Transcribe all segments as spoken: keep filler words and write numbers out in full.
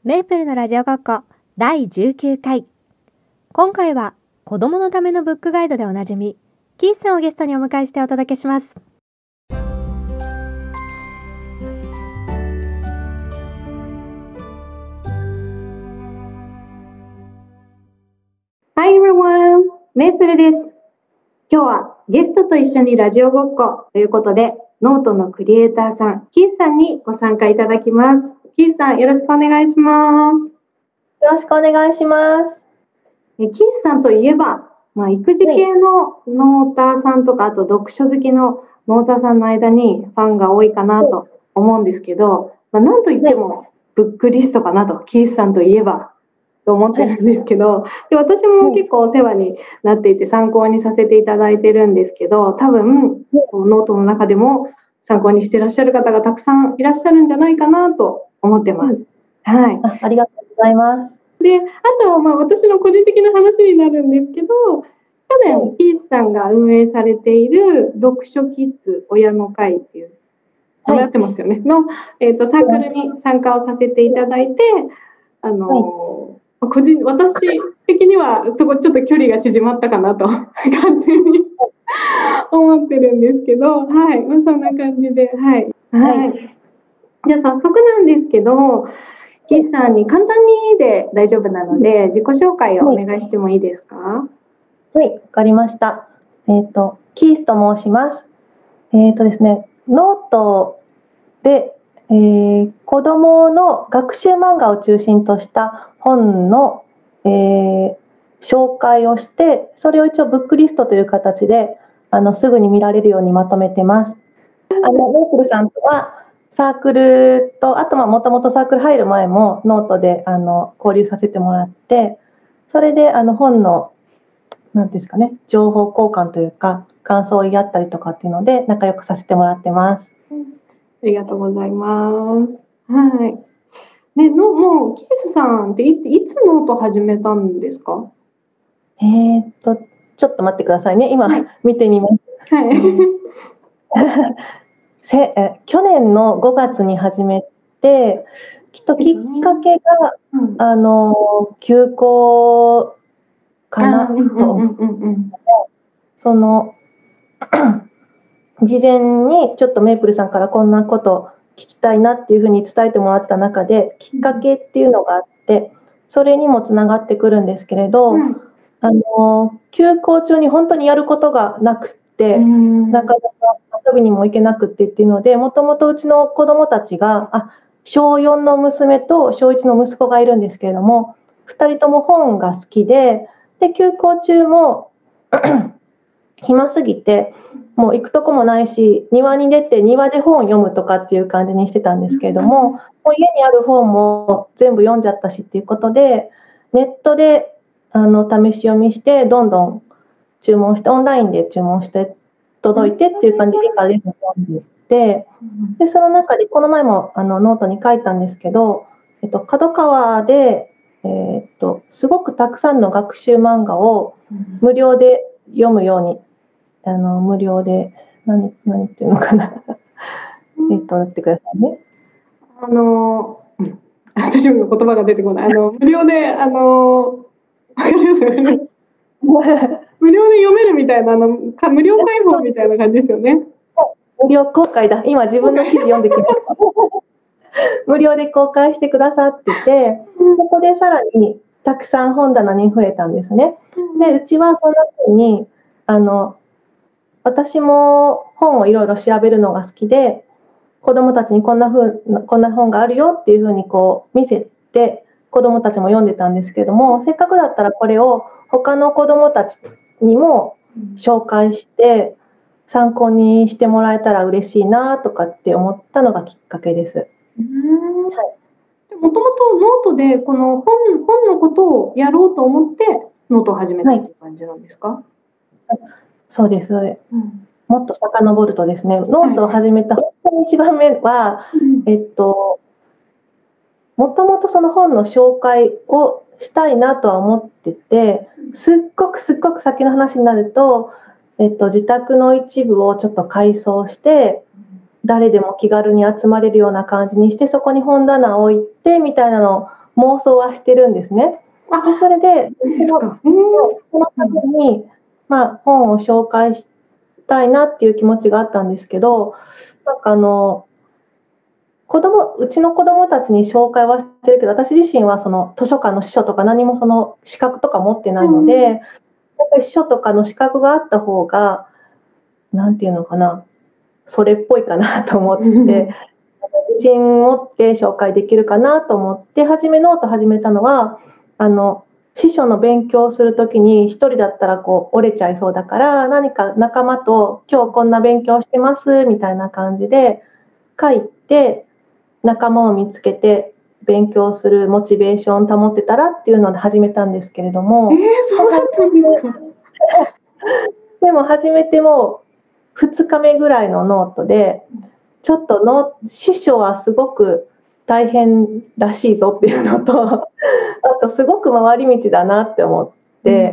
メープルのラジオごっこだいじゅうきゅうかい。今回は子供のためのブックガイドでおなじみキースさんをゲストにお迎えしてお届けします。 Hi everyone! メープルです。今日はゲストと一緒にラジオごっこということで、ノートのクリエイターさん、キースさんにご参加いただきます。キースさん、よろしくお願いします。 よろしくお願いします。 えキースさんといえば、まあ、育児系のノーターさんとか、あと読書好きのノーターさんの間にファンが多いかなと思うんですけど、まあ、なんといってもブックリストかなと、キースさんといえばと思ってるんですけど、で私も結構お世話になっていて参考にさせていただいてるんですけど、多分ノートの中でも参考にしていらっしゃる方がたくさんいらっしゃるんじゃないかなと思ってます。はい。 あ、ありがとうございます。 で、あと、まあ、私の個人的な話になるんですけど、去年、キースさんが運営されている読書キッズ親の会っていう、 はい、 やってますよね、の、えーと、サークルに参加をさせていただいて、あの、はい、個人、私的にはすごいちょっと距離が縮まったかなと、完全に思ってるんですけど、はい、まあ、そんな感じで、はい。はい。じゃあ、早速なんですけど、キースさんに簡単にで大丈夫なので、自己紹介をお願いしてもいいですか？ はい、わかりました。えっと、キースと申します。えっとですね、ノートで、えー、子どもの学習漫画を中心とした本の、えー、紹介をして、それを一応ブックリストという形であのすぐに見られるようにまとめてます。あのメープルさんとはサークルと、あともともとサークル入る前もノートであの交流させてもらって、それであの本のなんですかね、情報交換というか感想を言い合ったりとかっていうので仲良くさせてもらってます。 ありがとうございます。はい。ね、のもうキースさんっていいつノート始めたんですか？ えー、っとちょっと待ってくださいね。今、はい、見てみます。はい。せえ去年のごがつに始めて、きっときっかけが、うん、あの休校かなと思う。その事前にちょっとメープルさんからこんなこと聞きたいなっていうふうに伝えてもらった中で、きっかけっていうのがあって、それにもつながってくるんですけれど、うん、あの休校中に本当にやることがなくて、なかなか遊びにも行けなくてっていうので、もともとうちの子どもたちが、あ、しょうよんの娘としょういちの息子がいるんですけれども、ふたりとも本が好きで、で休校中も暇すぎてもう行くとこもないし、庭に出て庭で本を読むとかっていう感じにしてたんですけれども、もう家にある本も全部読んじゃったしっていうことで、ネットであの試し読みしてどんどん注文して、オンラインで注文して届いてっていう感じでからですね、読んでいって、でその中でこの前もあのノートに書いたんですけど、えっと、角川で、えー、っとすごくたくさんの学習漫画を無料で読むように、あの無料で何何っていうのかなえっと待ってくださいね。 あの私も言葉が出てこない。あの無料であのわかりますよね。無料で読めるみたいな、あの無料開放みたいな感じですよね。 無料公開だ。今自分の記事読んできました。無料で公開してくださってて、ここでさらにたくさん本棚に増えたんですね。で、うちはそんな風にあの私も本をいろいろ調べるのが好きで、子どもたちにこんな風こんな本があるよっていう風にこう見せて、子どもたちも読んでたんですけども、せっかくだったらこれを他の子どもたちにも紹介して参考にしてもらえたら嬉しいなとかって思ったのがきっかけです。 もともとノートでこの 本, 本のことをやろうと思ってノートを始めたっていう感じなんですか？はい、 そうです、それ、うん、もっと遡るとですね、ノートを始めた本当に一番目は、はい、えっともともとその本の紹介をしたいなとは思ってて、すっごくすっごく先の話になると、えっと、自宅の一部をちょっと改装して誰でも気軽に集まれるような感じにして、そこに本棚を置いてみたいなの妄想はしてるんですね。 あ、 でそれでそのそうですか。えーその時に、まあ、本を紹介したいなっていう気持ちがあったんですけど、なんかあの子供うちの子供たちに紹介はしてるけど、私自身はその図書館の司書とか何もその資格とか持ってないので、やっぱり司書とかの資格があった方が、なんていうのかな、それっぽいかなと思って、自信持って紹介できるかなと思って、初めノート始めたのは、あの司書の勉強をするときに一人だったらこう折れちゃいそうだから、何か仲間と今日こんな勉強してますみたいな感じで書いて、仲間を見つけて勉強するモチベーションを保ってたらっていうので始めたんですけれども、 えー、そうだったんですか。 でも始めてもふつかめぐらいのノートで、ちょっとの司書はすごく大変らしいぞっていうのと、あとすごく回り道だなって思って、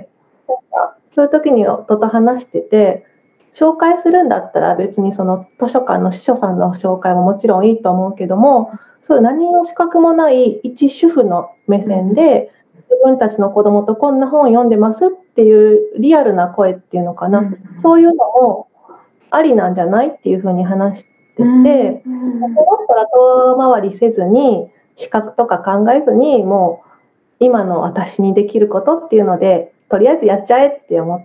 なんかそういう時に夫と話してて、紹介するんだったら別にその図書館の司書さんの紹介ももちろんいいと思うけども、そういう何の資格もない一主婦の目線で、自分たちの子供とこんな本読んでますっていうリアルな声っていうのかな、 うんそういうのもありなんじゃないっていうふうに話してて、 うんだったら遠回りせずに資格とか考えずに、もう今の私にできることっていうのでとりあえずやっちゃえって思って、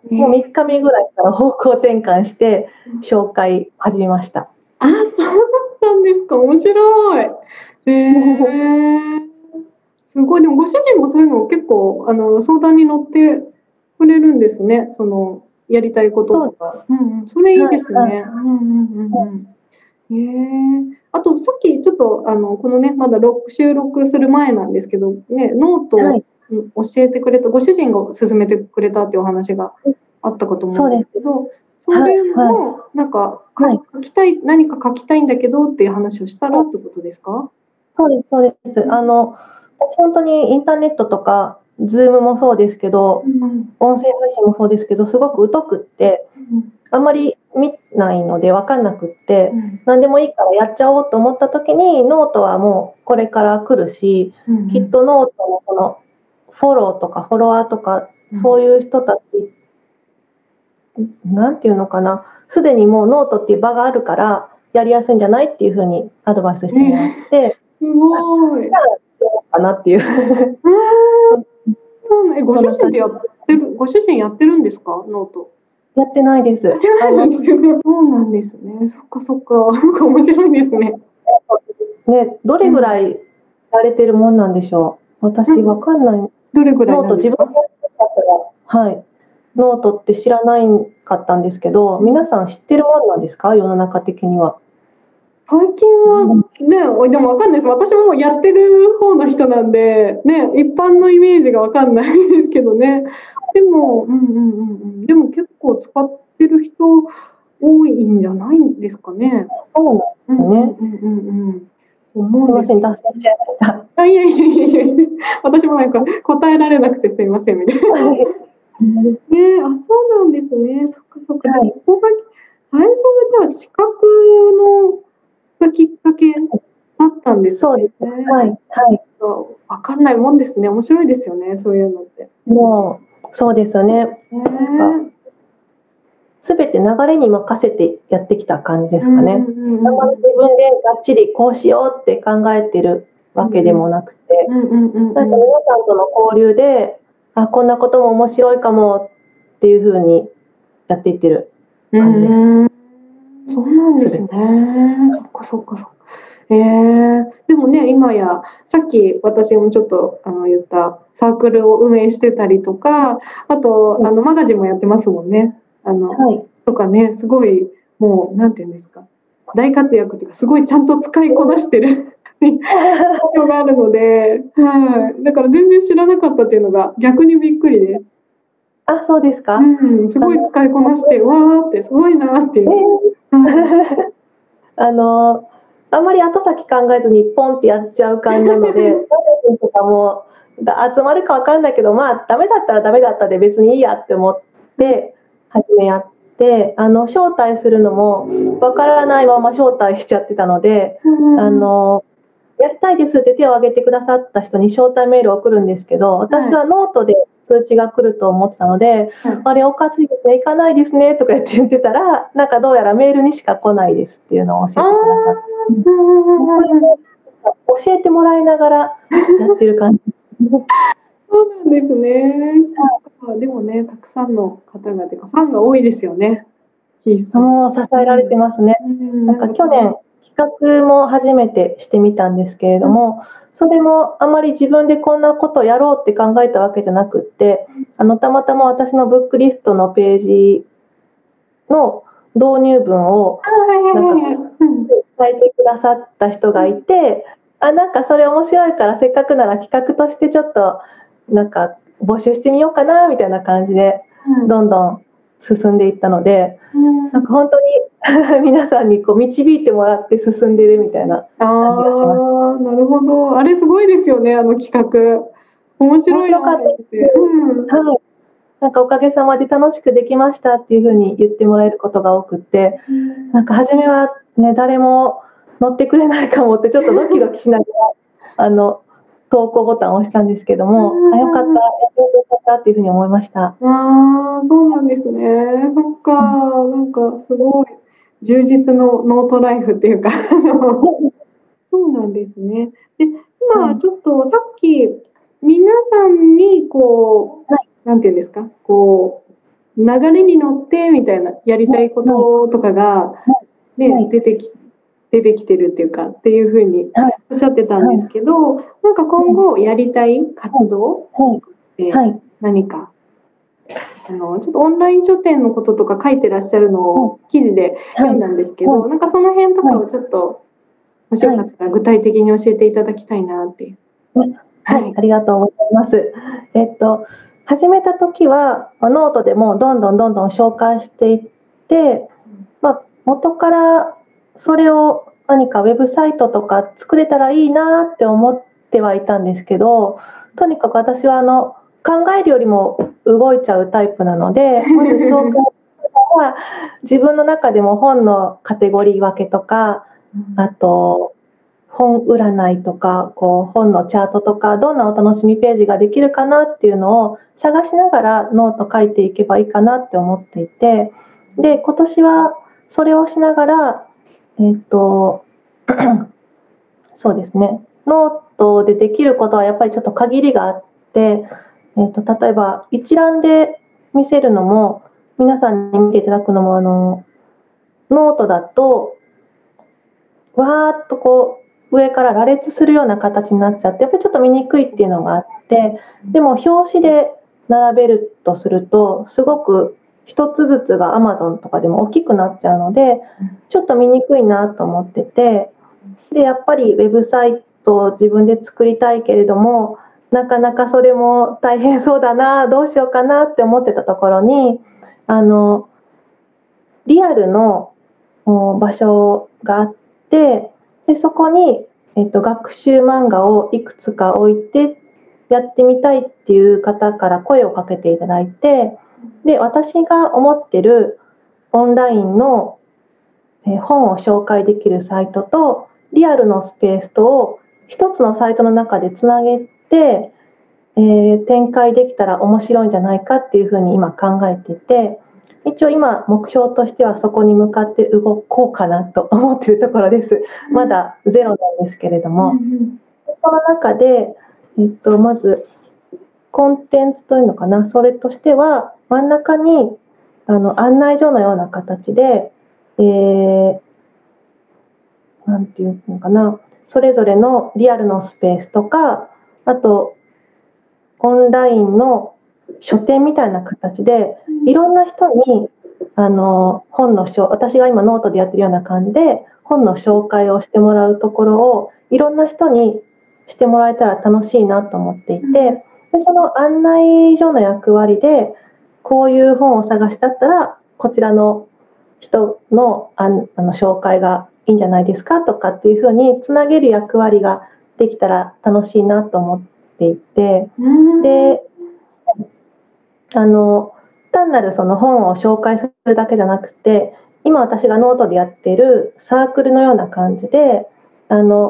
ねもうみっかめぐらいから方向転換して紹介始めました。 あ、そうだったんですか。面白い。えー、すごい。でもご主人もそういうのを結構あの相談に乗ってくれるんですね。そのやりたいこととか。うんうん、それいいですね。 はいはいうんうんうんうん。えー、あとさっきちょっとあのこのねまだ録収録する前なんですけどね、ノートはい、 を教えてくれたご主人が勧めてくれたっていうお話があったかと思うんですけど、それもなんかはい、 書きたい、何か書きたいんだけどっていう話をしたらってことですか？ そうですそうです。あの私本当にインターネットとか Zoom もそうですけど、 うん音声配信もそうですけど、すごく疎くって、 うんあんまり見ないので分かんなくって、 うん何でもいいからやっちゃおうと思った時に、ノートはもうこれから来るし、 うんきっとノートのこのフォローとかフォロワーとか、そういう人たち、なんていうのかな、すでにもうノートっていう場があるからやりやすいんじゃないっていうふうにアドバイスしてもらって、 すごい。 じゃあやろうかなっていう。 うんそうなんえご主人ってやってるご主人やってるんですか？ノート。 やってないです。 やってないんですよ。そうなんですね。そっかそっか。なんか面白いですね。 ね、どれぐらいやれてるもんなんでしょう。私わかんない。 どれぐらいノートなんですか？ 自分でやってなかったら、はい。ノートって知らないかったんですけど、皆さん知ってるもんなんですか？世の中的には。 最近はね、でもわかんないです。私ももうやってる方の人なんで、ね、一般のイメージがわかんないですけどね。でも、うんうんうんうん。でも結構使ってる人多いんじゃないんですかね。 そうなんうんですね。 うんうんうんうん。 す思うんですみません、脱線しちゃいました。 あ、いやいやいやいやいや、私もなんか答えられなくてすいませんみたいな。ねえ、あ、そうなんですね。そっかそっか。じゃあ、 はいそこが最初はじゃあ資格のがきっかけだったんですそうです。 ね。 はい、はい。 わかんないもんですね。面白いですよね、そういうのって。 もう、そうですよね。 ねすべて流れに任せてやってきた感じえ。 ですかね。 うんうんあんまり自分でがっちりこうしようって考えてるわけでもなくて、 うんうんうんなんか皆さんとの交流で、あ、こんなことも面白いかもっていう風にやっていってる感じです。 うん。そうなんですね。そっかそっかそっか。えー、でもね、今やさっき私もちょっとあの言ったサークルを運営してたりとか、あとあのマガジンもやってますもんね。あの、 はい。 とかね、すごいもうなんていうんですか、大活躍っていうかすごいちゃんと使いこなしてる必要があるので、はい。だから全然知らなかったっていうのが逆にびっくりです。 あ、そうですか。 うん、すごい使いこなして、わーってすごいなっていえう。 ーあの、あんまり後先考えずにポンってやっちゃう感じなので、マガジンとかもだ集まるかわかんないけど、まあダメだったらダメだったで別にいいやって思って初めやって、あの招待するのもわからないまま招待しちゃってたので、あのやりたいですって手を挙げてくださった人に招待メールを送るんですけど、私はノートで通知が来ると思ってたので、はい、あれおかしいですね、行かないですねとか言って言ってたら、なんかどうやらメールにしか来ないですっていうのを教えてくださって、それで教えてもらいながらやってる感じ。 そうなんですね。でもね、たくさんの方が、てかファンが多いですよね。 もう支えられてますね。うん、なんか去年企画も初めてしてみたんですけれども、それもあまり自分でこんなことをやろうって考えたわけじゃなくって、あのたまたま私のブックリストのページの導入文をなんか書いてくださった人がいて、あ、なんかそれ面白いからせっかくなら企画としてちょっとなんか募集してみようかなみたいな感じでどんどん進んでいったので、なんか本当に皆さんにこう導いてもらって進んでるみたいな感じがします。 あ、なるほど。あれすごいですよね、あの企画。面白いなかったです。うん、はい。なんかおかげさまで楽しくできましたっていう風に言ってもらえることが多くって、なんか初めはね、誰も乗ってくれないかもってちょっとドキドキしながらあの投稿ボタンを押したんですけども、あ、よかった、やってよかったっていう風に思いました。 ああ、そうなんですね。そっか、なんかすごい充実のノートライフっていうかそうなんですね。で、今ちょっとさっき皆さんにこう、はい、なんていうんですか、こう流れに乗ってみたいなやりたいこととかがね、はい、出てき出てきてるっていうかっていう風におっしゃってたんですけど、はい、なんか今後やりたい活動って何か、あのちょっとオンライン書店のこととか書いてらっしゃるのを記事で読んだんですけど、なんかその辺とかをちょっともしよかったら具体的に教えていただきたいなっていう。 はい、はい、ありがとうございます。えっと始めた時はノートでもどんどんどんどん紹介していって、まあ、元からそれを何かウェブサイトとか作れたらいいなって思ってはいたんですけど、とにかく私はあの考えるよりも動いちゃうタイプなので、まず紹介は自分の中でも本のカテゴリー分けとか、あと本占いとかこう本のチャートとかどんなお楽しみページができるかなっていうのを探しながらノート書いていけばいいかなって思っていて、で今年はそれをしながらえっとそうですね、ノートでできることはやっぱりちょっと限りがあって、えっと例えば一覧で見せるのも皆さんに見ていただくのもあのノートだとわーっとこう上から羅列するような形になっちゃってやっぱりちょっと見にくいっていうのがあって、でも表紙で並べるとするとすごく一つずつが Amazon とかでも大きくなっちゃうのでちょっと見にくいなと思ってて、でやっぱりウェブサイトを自分で作りたいけれどもなかなかそれも大変そうだな、どうしようかなって思ってたところにあのリアルの場所があって、でそこに、えっと、学習漫画をいくつか置いてやってみたいっていう方から声をかけていただいて、で私が思ってるオンラインの本を紹介できるサイトとリアルのスペースとを一つのサイトの中でつなげて、えー、展開できたら面白いんじゃないかっていうふうに今考えていて、一応今目標としてはそこに向かって動こうかなと思っているところです。まだゼロなんですけれども、うんうん、その中で、えっと、まずコンテンツというのかな、それとしては真ん中にあの案内所のような形で、えー、なんていうのかな、それぞれのリアルのスペースとか、あとオンラインの書店みたいな形でいろんな人にあの本の私が今ノートでやってるような感じで本の紹介をしてもらうところをいろんな人にしてもらえたら楽しいなと思っていて、でその案内所の役割でこういう本を探しだったらこちらの人のあの紹介がいいんじゃないですかとかっていうふうにつなげる役割ができたら楽しいなと思っていて、であの単なるその本を紹介するだけじゃなくて今私がノートでやっているサークルのような感じであの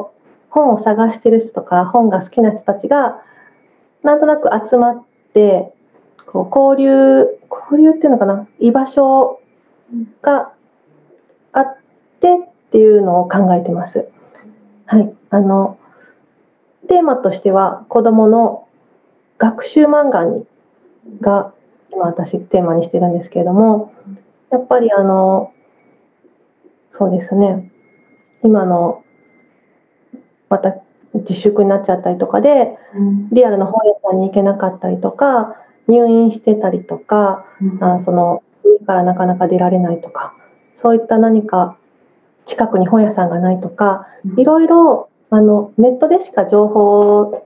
本を探してる人とか本が好きな人たちがなんとなく集まってこう交流交流っていうのかな、居場所があってっていうのを考えてます。はい、あのテーマとしては子どもの学習漫画にが今私テーマにしてるんですけれども、やっぱりあのそうですね、今のまた自粛になっちゃったりとかでリアルの本屋さんに行けなかったりとか、入院してたりとか、あその家からなかなか出られないとか、そういった何か近くに本屋さんがないとか、いろいろあのネットでしか情報を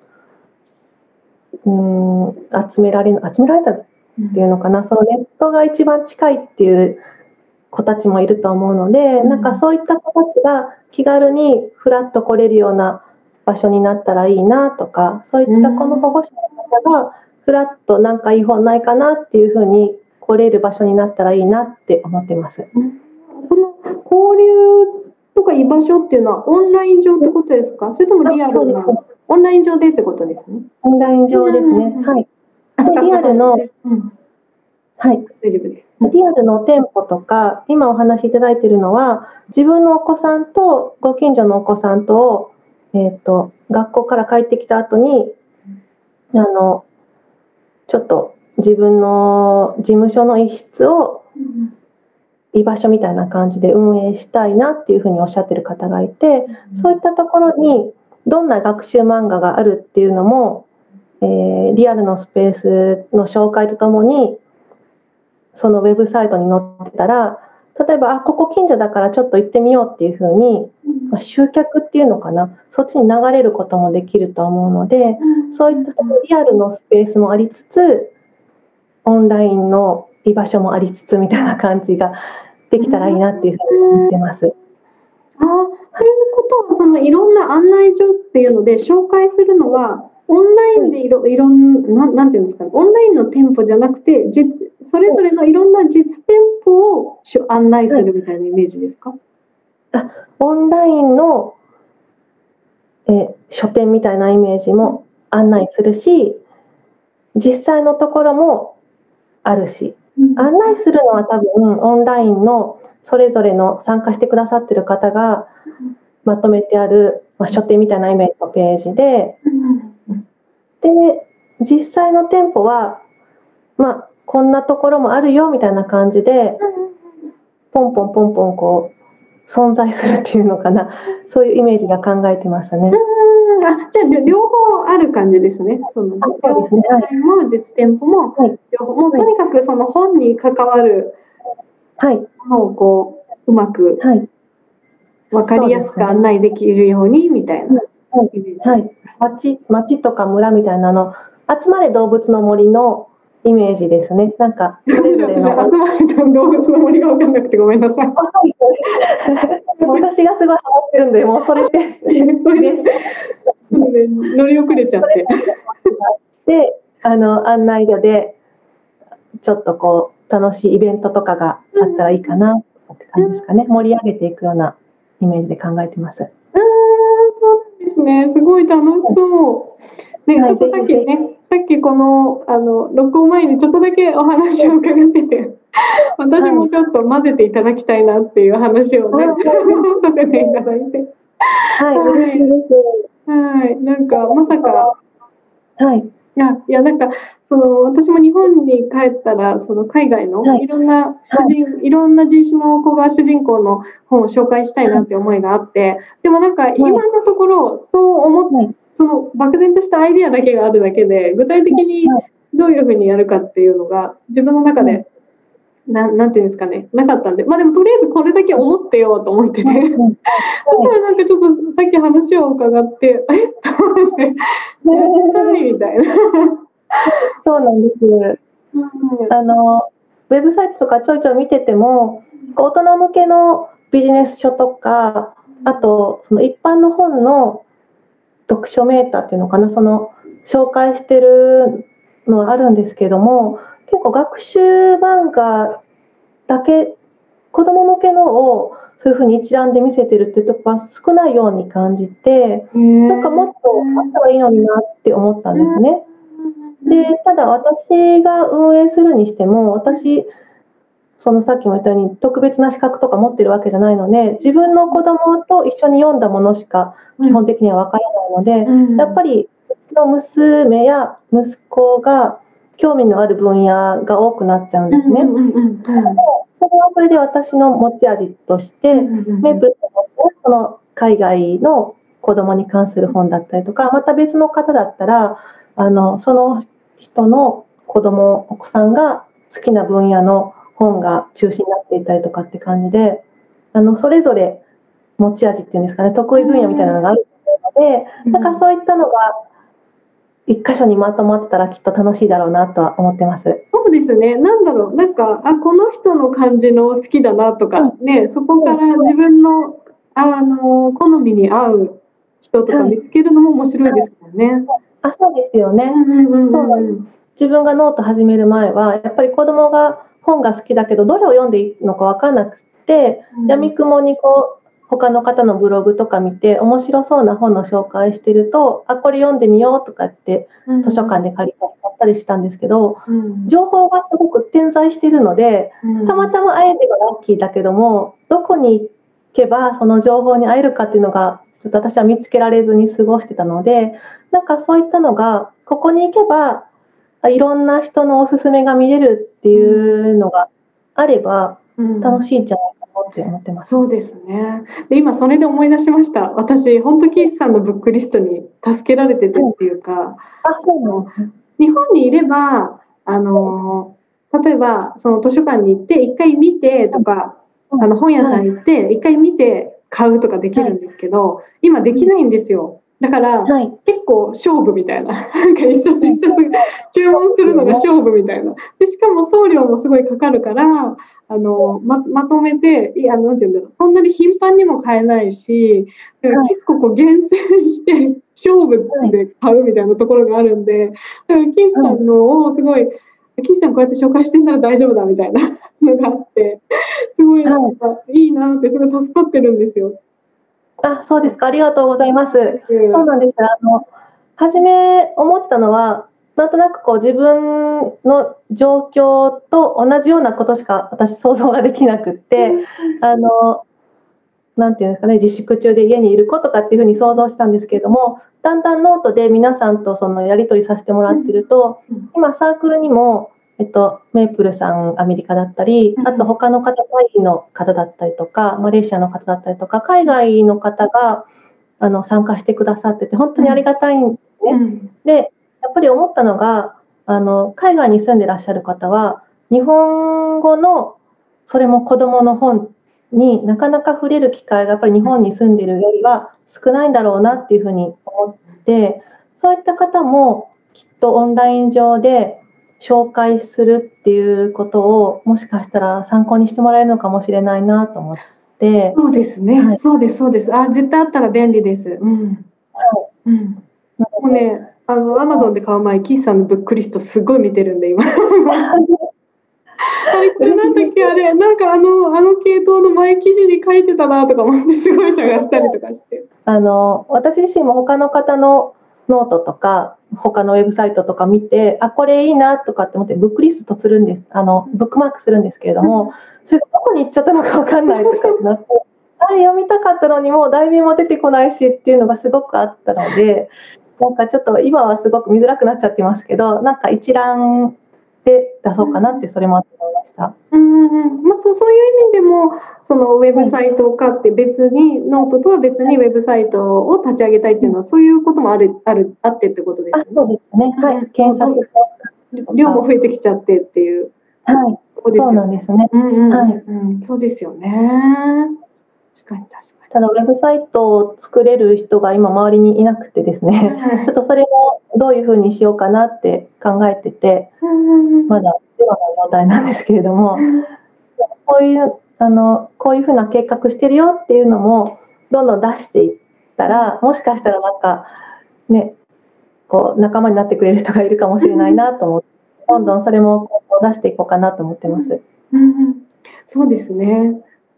うん集められ集められたっていうのかな、そのネットが一番近いっていう子たちもいると思うので、なんかそういった子たちが気軽にフラッと来れるような場所になったらいいなとか、そういったこの保護者の方がフラッとなんかいい本ないかなっていうふうに来れる場所になったらいいなって思ってます。 この交流とか居場所っていうのはオンライン上ってことですか？それともリアルなオンライン上でってことですね。 オンライン上ですね。はい。でリアルの、うん、はい。大丈夫です。リアルの店舗とか今お話しいただいているのは自分のお子さんとご近所のお子さんと、えーと、学校から帰ってきた後にあのちょっと自分の事務所の一室を居場所みたいな感じで運営したいなっていうふうにおっしゃってる方がいて、そういったところにどんな学習漫画があるっていうのも、えー、リアルのスペースの紹介とともにそのウェブサイトに載ってたら、例えばあここ近所だからちょっと行ってみようっていうふうに、まあ、集客っていうのかな、そっちに流れることもできると思うので、そういったリアルのスペースもありつつオンラインの居場所もありつつみたいな感じができたらいいなっていうふうに思ってます。 あということはそのいろんな案内所っていうので紹介するのはオンラインでいろいろんな、なんていうんですかね、オンラインの店舗じゃなくて実それぞれのいろんな実店舗を案内するみたいなイメージですか？はい、 あオンラインの、え書店みたいなイメージも案内するし、実際のところもあるし、案内するのは多分オンラインのそれぞれの参加してくださってる方がまとめてある、まあ、書店みたいなイメージのページで、で実際の店舗は、まあ、こんなところもあるよみたいな感じでポンポンポンポンこう存在するっていうのかな、そういうイメージが考えてましたね。 あじゃあ両方ある感じですね。その実店も実店舗も、はい、両方もうとにかくその本に関わるものをこううまく分かりやすく案内できるようにみたいなイメージ。 はい、町町とか村みたいなの集まれ動物の森のイメージですね。なんかそれぞれの集まれ動物の森が分かんなくてごめんなさい。 私がすごいハマってるんでもうそれで乗り遅れちゃって。 であの案内所でちょっとこう楽しいイベントとかがあったらいいかなって感じですかね。盛り上げていくようなイメージで考えてます。 ああそうですね。すごい楽しそう。ね、ちょっとさっきね、さっきこのあの録音前にちょっとだけお話を伺ってて、私もちょっと混ぜていただきたいなっていう話をね、はい、させていただいて。 はい、 はい、はい、なんかまさか、 はい、 いやいやなんかその私も日本に帰ったらその海外のいろんな主人、はい、いろんな人種の子が主人公の本を紹介したいなって思いがあって、でもなんか今のところそう思って、はい、その漠然としたアイデアだけがあるだけで具体的にどういうふうにやるかっていうのが自分の中でな, なんていうんですかねなかったんで、まあでもとりあえずこれだけ思ってようと思ってて、そしたらなんかちょっとさっき話を伺ってえっと思ってみたいな。 そうなんです、うん、あのウェブサイトとかちょいちょい見てても大人向けのビジネス書とかあとその一般の本の読書メーターっていうのかな、その紹介してるのはあるんですけども、結構学習漫画だけ子ども向けのをそういうふうに一覧で見せてるっていうところは少ないように感じて、なんかもっとあったらいいのになって思ったんですね。で、ただ私が運営するにしても、私、そのさっきも言ったように特別な資格とか持ってるわけじゃないので、自分の子供と一緒に読んだものしか基本的にはわからないので、やっぱりうちの娘や息子が興味のある分野が多くなっちゃうんですね。それはそれで私の持ち味として、メイプルさんのその海外の子供に関する本だったりとか、また別の方だったら、あのその人の子供、お子さんが好きな分野の本が中心になっていたりとかって感じで、あのそれぞれ持ち味っていうんですかね、得意分野みたいなのがあるので、なんかそういったのが一箇所にまとまってたらきっと楽しいだろうなとは思ってます。 そうですね。なんだろう、なんか、あ、この人の感じの好きだなとか、ね、そこから自分の、あの、好みに合う人とか見つけるのも面白いですよね。 あ、そうですよね。そうなんです。自分がノート始める前は、やっぱり子供が本が好きだけど、どれを読んでいいのか分からなくて、やみくもにこう、他の方のブログとか見て、面白そうな本の紹介してると、あ、これ読んでみようとかって図書館で借りたり買ったりしたんですけど、情報がすごく点在しているので、たまたま会えてがラッキーだけども、どこに行けばその情報に会えるかっていうのが、ちょっと私は見つけられずに過ごしてたので、なんかそういったのが、ここに行けば、いろんな人のおすすめが見れるっていうのがあれば、楽しいんじゃないかなって思ってます。 そうですね。で、今それで思い出しました。私、本当キースさんのブックリストに助けられててっていうか、 あ、そうなんですね。 日本にいれば、あの、例えば、その図書館に行って、一回見てとか、あの本屋さん行って、一回見て買うとかできるんですけど、今できないんですよ。だから、 はい、 結構勝負みたいな。なんか一冊一冊注文するのが勝負みたいな。で、しかも送料もすごいかかるから、あの、ま、まとめて、いや、なんていうんだろう、そんなに頻繁にも買えないし、結構こう厳選して勝負で買うみたいなところがあるんで、だからキンさんのをすごい、キンさんこうやって紹介してんなら大丈夫だみたいなのがあって、すごいなんかいいなってすごい助かってるんですよ。 あ、そうですか。ありがとうございます。そうなんです。あの、初め思ってたのは、なんとなくこう自分の状況と同じようなことしか私想像ができなくって、あの、なんていうんですかね、自粛中で家にいる子とかっていうふうに想像したんですけれども、だんだんノートで皆さんとそのやり取りさせてもらってると、今サークルにも、えっと、メープルさんアメリカだったり、あと他の方、タイの方だったりとか、マレーシアの方だったりとか、海外の方があの参加してくださってて、本当にありがたいんですね。で、やっぱり思ったのが、あの海外に住んでらっしゃる方は、日本語のそれも子どもの本になかなか触れる機会がやっぱり日本に住んでるよりは少ないんだろうなっていうふうに思って、そういった方もきっとオンライン上で紹介するっていうことをもしかしたら参考にしてもらえるのかもしれないなと思って。 そうですね、はい、そうですそうです。あ、絶対あったら便利です。うん。 はい。 うん。もうね、あのアマゾンで買う前、キースさんのブックリストすごい見てるんで今。あれこれなんだっけ、あれなんかあのあの系統の前記事に書いてたなとか思ってすごい探したりとかして。 あの私自身も他の方のノートとか他のウェブサイトとか見て、あ、これいいなとかって思ってブックリストするんです。あのブックマークするんですけれども、それがどこに行っちゃったのか分かんないとかってなって、あれ読みたかったのにもう題名も出てこないしっていうのがすごくあったので、なんかちょっと今はすごく見づらくなっちゃってますけど、なんか一覧で出そうかなってそれも思いました。 うんうん、まあ、そうそういう意味でもそのウェブサイトを買って別に、うん、ノートとは別にウェブサイトを立ち上げたいっていうのはそういうこともあるあるあってってことですね。 あ、そうですね。はい。うん、検索量も増えてきちゃってっていう。 はい。そうなんですね。 うんうん、はい、うん、そうですよね。確かに確かに。 ただウェブサイトを作れる人が今周りにいなくてですね、ちょっとそれもどういうふうにしようかなって考えてて、まだゼロの状態なんですけれども、こういうあのこういうふうな計画してるよっていうのもどんどん出していったら、もしかしたらなんかね、こう仲間になってくれる人がいるかもしれないなと思って、どんどんそれも出していこうかなと思ってます。 うんうん、そうですね。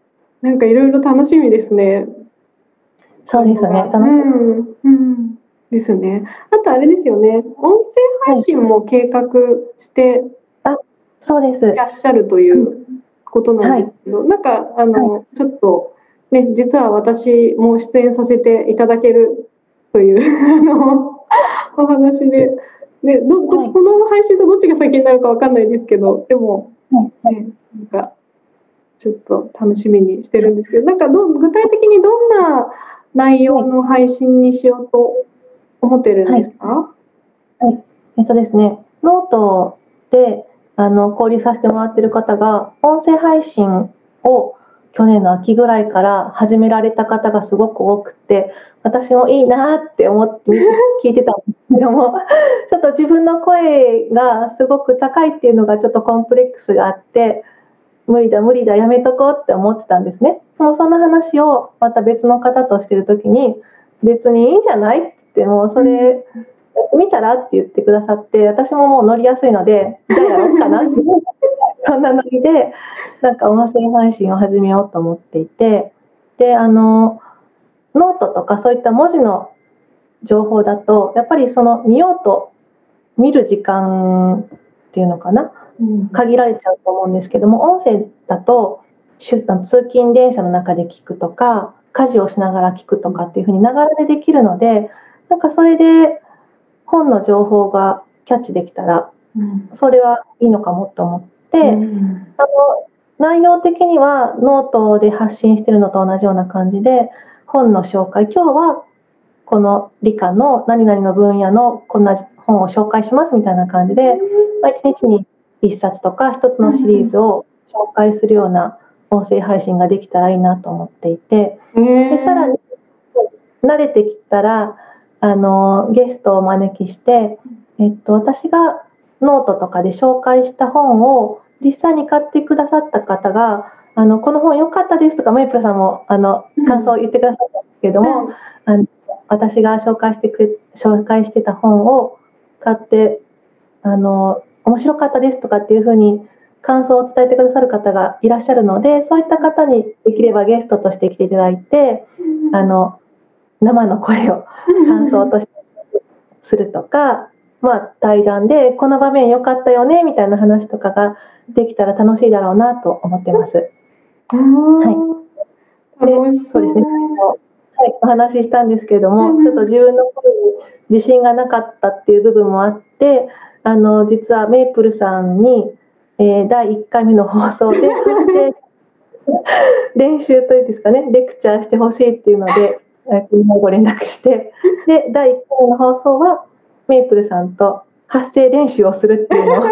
なんかいろいろ楽しみですね。 そうですね。楽しみ。 うんうん、ですね。あとあれですよね。音声配信も計画してあ、そうです。 いらっしゃるということなんですけど、なんかあの、ちょっとね、実は私も出演させていただけるというあのお話で、ね、どどこの配信とどっちが先になるかわかんないですけど、でも、ね、なんかちょっと楽しみにしてるんですけど、なんかど具体的にどんな内容の配信にしようと思ってるんですか？ はいはい、えっとですね、ノートであの交流させてもらってる方が音声配信を去年の秋ぐらいから始められた方がすごく多くて、私もいいなって思って聞いてたんですけどもちょっと自分の声がすごく高いっていうのがちょっとコンプレックスがあって、無理だ無理だやめとこうって思ってたんですね。もうその話をまた別の方としてる時に、別にいいんじゃないって言って、もうそれやってみたらって言ってくださって、私ももう乗りやすいので、じゃあやろうかなってそんなノリでなんか音声配信を始めようと思っていて、であのノートとかそういった文字の情報だとやっぱりその見ようと見る時間っていうのかな、限られちゃうと思うんですけども、音声だと通勤電車の中で聞くとか家事をしながら聞くとかっていう風にながらでできるので、なんかそれで本の情報がキャッチできたらそれはいいのかもと思って、あの内容的にはノートで発信してるのと同じような感じで、本の紹介、今日はこの理科の何々の分野のこんな本を紹介しますみたいな感じで、まあ、いちにちにいっさつとかひとつのシリーズを紹介するような音声配信ができたらいいなと思っていて、でさらに慣れてきたらあのゲストをお招きして、えっと、私がノートとかで紹介した本を実際に買ってくださった方が、あのこの本良かったですとか、メイプルさんもあの感想を言ってくださったんですけども、あの私が紹介してくれ紹介してた本を買ってあの面白かったですとかっていう風に感想を伝えてくださる方がいらっしゃるので、そういった方にできればゲストとして来ていただいて、あの生の声を感想としてするとか、まあ、対談でこの場面良かったよねみたいな話とかができたら楽しいだろうなと思ってます。はい、でそうですね、はい、お話ししたんですけれども、ちょっと自分の声に自信がなかったっていう部分もあって、あの実はメイプルさんに、えー、だいいっかいめの放送で発声練習というんですかね、レクチャーしてほしいっていうのでご連絡して、でだいいっかいめの放送はメイプルさんと発声練習をするっていうのを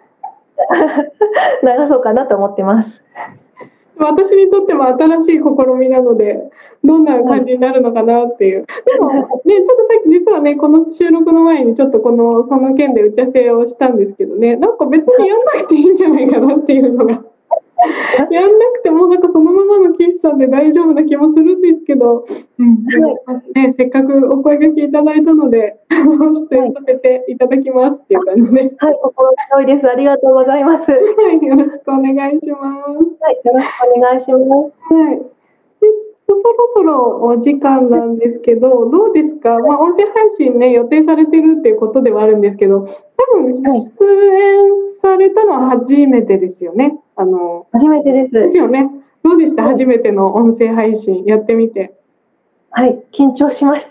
流そうかなと思ってます。 私にとっても新しい試みなので、どんな感じになるのかなっていう。でもね、ちょっとさっき実はね、この収録の前にちょっとこのその件で打ち合わせをしたんですけどね、なんか別にやんなくていいんじゃないかなっていうのが。やんなくてもなんかそのままの岸さんで大丈夫な気もするんですけど、うんね、せっかくお声掛けいただいたので出演させていただきますっていう感じで、 はい、心強いです。ありがとうございます。はい、 よろしくお願いします。 はい、よろしくお願いします。 はい。そろそろお時間なんですけど、どうですか、まあ、音声配信ね、予定されてるっていうことではあるんですけど、多分出演されたのは初めてですよね。あの初めてです。 ですよね。どうでした、はい、初めての音声配信やってみて。 はい、緊張しました。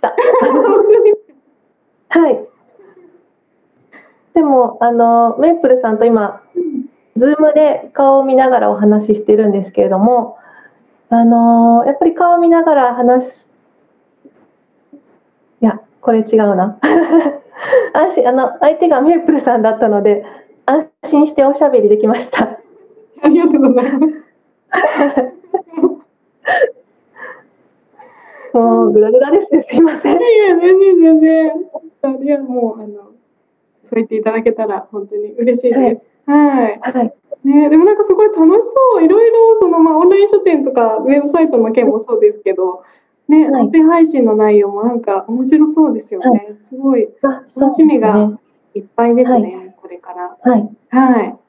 はい。でもあのメイプルさんと今、ズームで顔を見ながらお話ししてるんですけれども、あのやっぱり顔を見ながら話す。いや、これ違うな。安心、あの相手がメイプルさんだったので安心しておしゃべりできました。 ありがとうございます。 もうグラグラですね、すいません。 いやいや、全然全然。いや、もうあのそう言っていただけたら本当に嬉しいです。はい。はい。ね、でもなんかすごい楽しそう。いろいろそのまあオンライン書店とかウェブサイトの件もそうですけど、ね、音声配信の内容もなんか面白そうですよね。すごい楽しみがいっぱいですね、これから。 はい。 はい。あ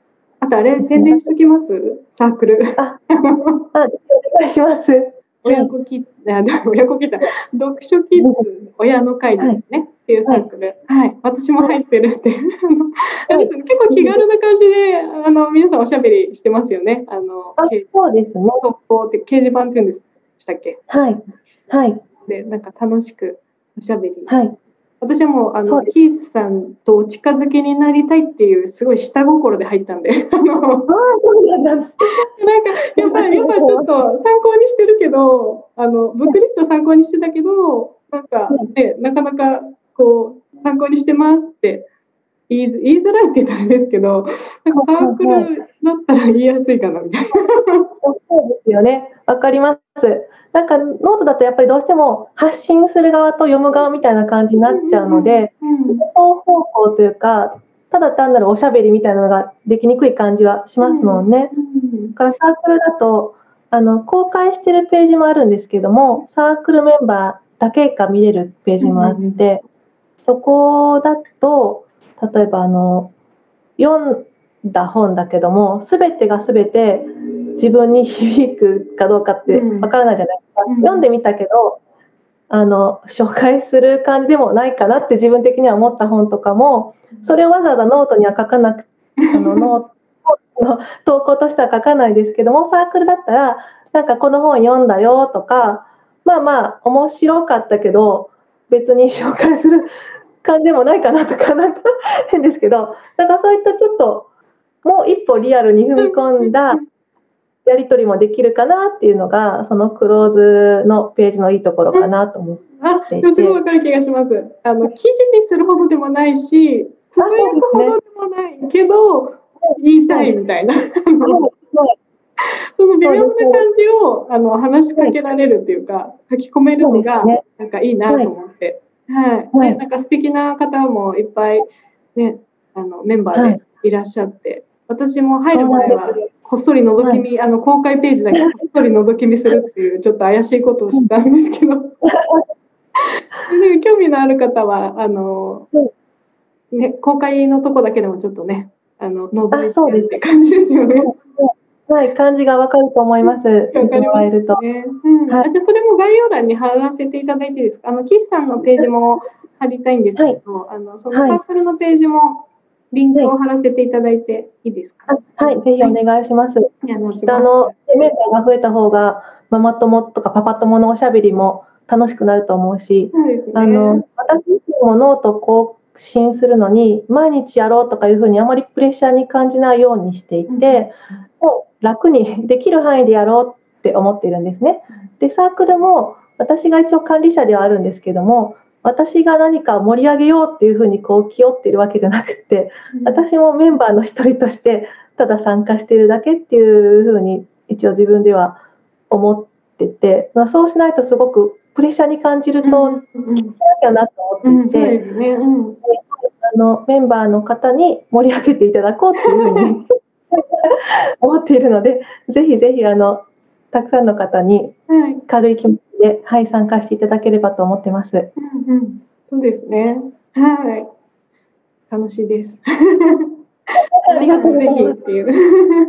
あとあれ、宣伝しときます？サークル。 あ、あ、お願いします。 親子キッズ、あ、親子キッズ、読書キッズ親の会ですね、はい、っていうサークル、はい、私も入ってるって、はい、結構気軽な感じで、あの皆さんおしゃべりしてますよね。あのあ、そうですね。 投稿って掲示板っていうんでしたっけ？ はい、はい。 で、なんか楽しくおしゃべり。 はい。 私はもうあのキースさんとお近づきになりたいっていうすごい下心で入ったんで、あのあそうなんだ。なんかやっぱりやっぱちょっと参考にしてるけど、あのブックリスト参考にしてたけど、なんかね、なかなかこう参考にしてますって言い言いづらいって言ったらあれですけど、なんかサークルだったら言いやすいかなみたいな。 そうですよね。わかります。なんかノートだとやっぱりどうしても発信する側と読む側みたいな感じになっちゃうので、双方向というか、ただ単なるおしゃべりみたいなのができにくい感じはしますもんね。だからサークルだとあの公開してるページもあるんですけども、サークルメンバーだけが見れるページもあって、そこだと例えばあの読んだ本だけども、全てが全て自分に響くかどうかってわからないじゃないですか。うん、読んでみたけどあの紹介する感じでもないかなって自分的には思った本とかも、それをわざわざノートには書かなくあのノートの投稿としては書かないですけども、サークルだったらなんかこの本読んだよとか、まあまあ面白かったけど別に紹介する感じでもないかなとか、なんか変ですけど、だからそういったちょっともう一歩リアルに踏み込んだやり取りもできるかなっていうのが、そのクローズのページのいいところかなと思っていて。 あ、すごいわかる気がします。あの記事にするほどでもないし、つぶやくほどでもないけど言いたいみたいな。その微妙な感じをあの話しかけられるっていうか、書き込めるのがなんかいいなと思って、はい。で、なんか素敵な方もいっぱいね、あのメンバーでいらっしゃって、私も入る前はこっそり覗き見、はい、あの公開ページだけこっそり覗き見するっていうちょっと怪しいことをしたんですけどで興味のある方はあの、ね、公開のとこだけでもちょっとねあの覗いてるって感じですよね。 はい、感じがわかると思います。 わかりますね。うん。はい、あ、じゃあそれも概要欄に貼らせていただいていいですか。あのキスさんのページも貼りたいんですけど、はい、あのそのサークルのページもリンクを貼らせていただいていいですか。 はい、はい、ぜひお願いします。はい、あのメンバーが増えた方がママ友とかパパ友のおしゃべりも楽しくなると思うし、 そうですね、 あの私自身もノート更新するのに毎日やろうとかいうふうにあまりプレッシャーに感じないようにしていて、うん、もう楽にできる範囲でやろうって思っているんですね。でサークルも私が一応管理者ではあるんですけども、私が何か盛り上げようっていうふうにこう気負っているわけじゃなくて、私もメンバーの一人としてただ参加しているだけっていうふうに一応自分では思ってて、そうしないとすごくプレッシャーに感じるときつくなっちゃうなと思っていて、あのメンバーの方に盛り上げていただこうっていうふうに思っているので、ぜひぜひあのたくさんの方に軽い気持ちで、はい、参加していただければと思ってます。 うんうん、そうですね。はい。楽しいです。 ありがとうございます。 ぜひっていう。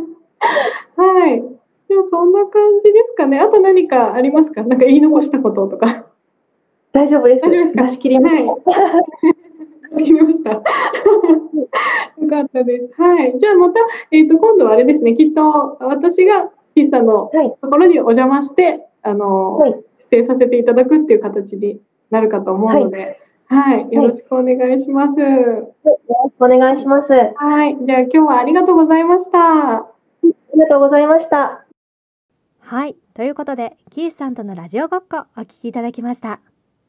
はい。でもそんな感じですかね。あと何かありますか。なんか言い残したこととか。 大丈夫です。 大丈夫ですか。 出し切りました。はい、 出し切りました。よかったです。はい。じゃあまた、えっと、今度はあれですね。きっと私がキスさんのところにお邪魔して、はい、あの、はい、出演させていただくっていう形になるかと思うので、はい、はい、よろしくお願いします。はい、よろしくお願いします。 はい。じゃあ今日はありがとうございました。 ありがとうございました。 はい。ということで、キースさんとのラジオごっこお聞きいただきました。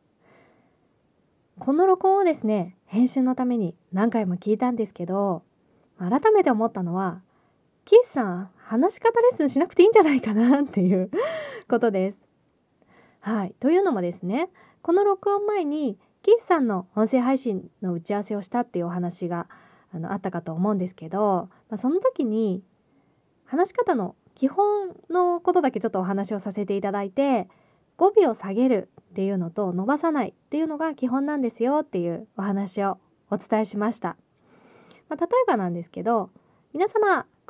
この録音をですね、編集のために何回も聞いたんですけど、改めて思ったのは、キースさん、話し方レッスンしなくていいんじゃないかなっていうことです。はい。というのもですね、この録音前に、キースさんの音声配信の打ち合わせをしたっていうお話が あのあったかと思うんですけど、まあ、その時に話し方の基本のことだけちょっとお話をさせていただいて、語尾を下げるっていうのと伸ばさないっていうのが基本なんですよっていうお話をお伝えしました。まあ、例えばなんですけど、皆様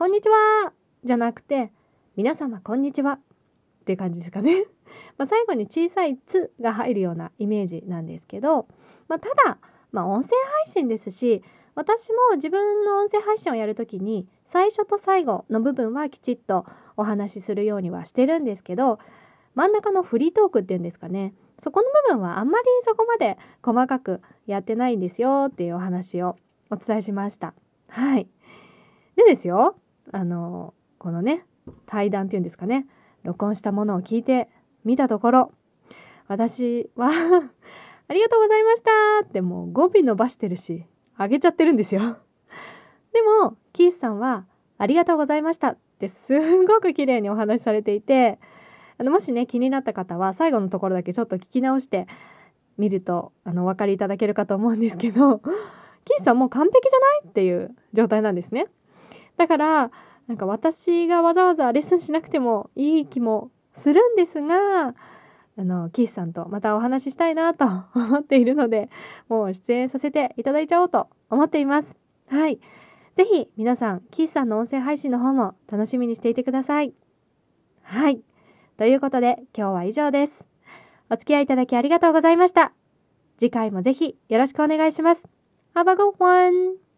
こんにちはじゃなくて、皆様こんにちはっていう感じですかね。まあ最後に小さいつが入るようなイメージなんですけど、まあ、ただ、まあ、音声配信ですし、私も自分の音声配信をやるときに最初と最後の部分はきちっとお話しするようにはしてるんですけど、真ん中のフリートークっていうんですかね、そこの部分はあんまりそこまで細かくやってないんですよっていうお話をお伝えしました。はい。でですよ、あのこのね対談っていうんですかね、録音したものを聞いてみたところ、私はありがとうございましたってもう語尾伸ばしてるしあげちゃってるんですよ。でもキースさんはありがとうございましたってすんごく綺麗にお話しされていて、あのもしね気になった方は最後のところだけちょっと聞き直してみるとあのお分かりいただけるかと思うんですけど、キースさんもう完璧じゃないっていう状態なんですね。だからなんか私がわざわざレッスンしなくてもいい気もするんですが、あのキースさんとまたお話ししたいなと思っているので、もう出演させていただいちゃおうと思っています。はい。ぜひ皆さんキースさんの音声配信の方も楽しみにしていてください。はい。ということで今日は以上です。お付き合いいただきありがとうございました。次回もぜひよろしくお願いします。Have a good one!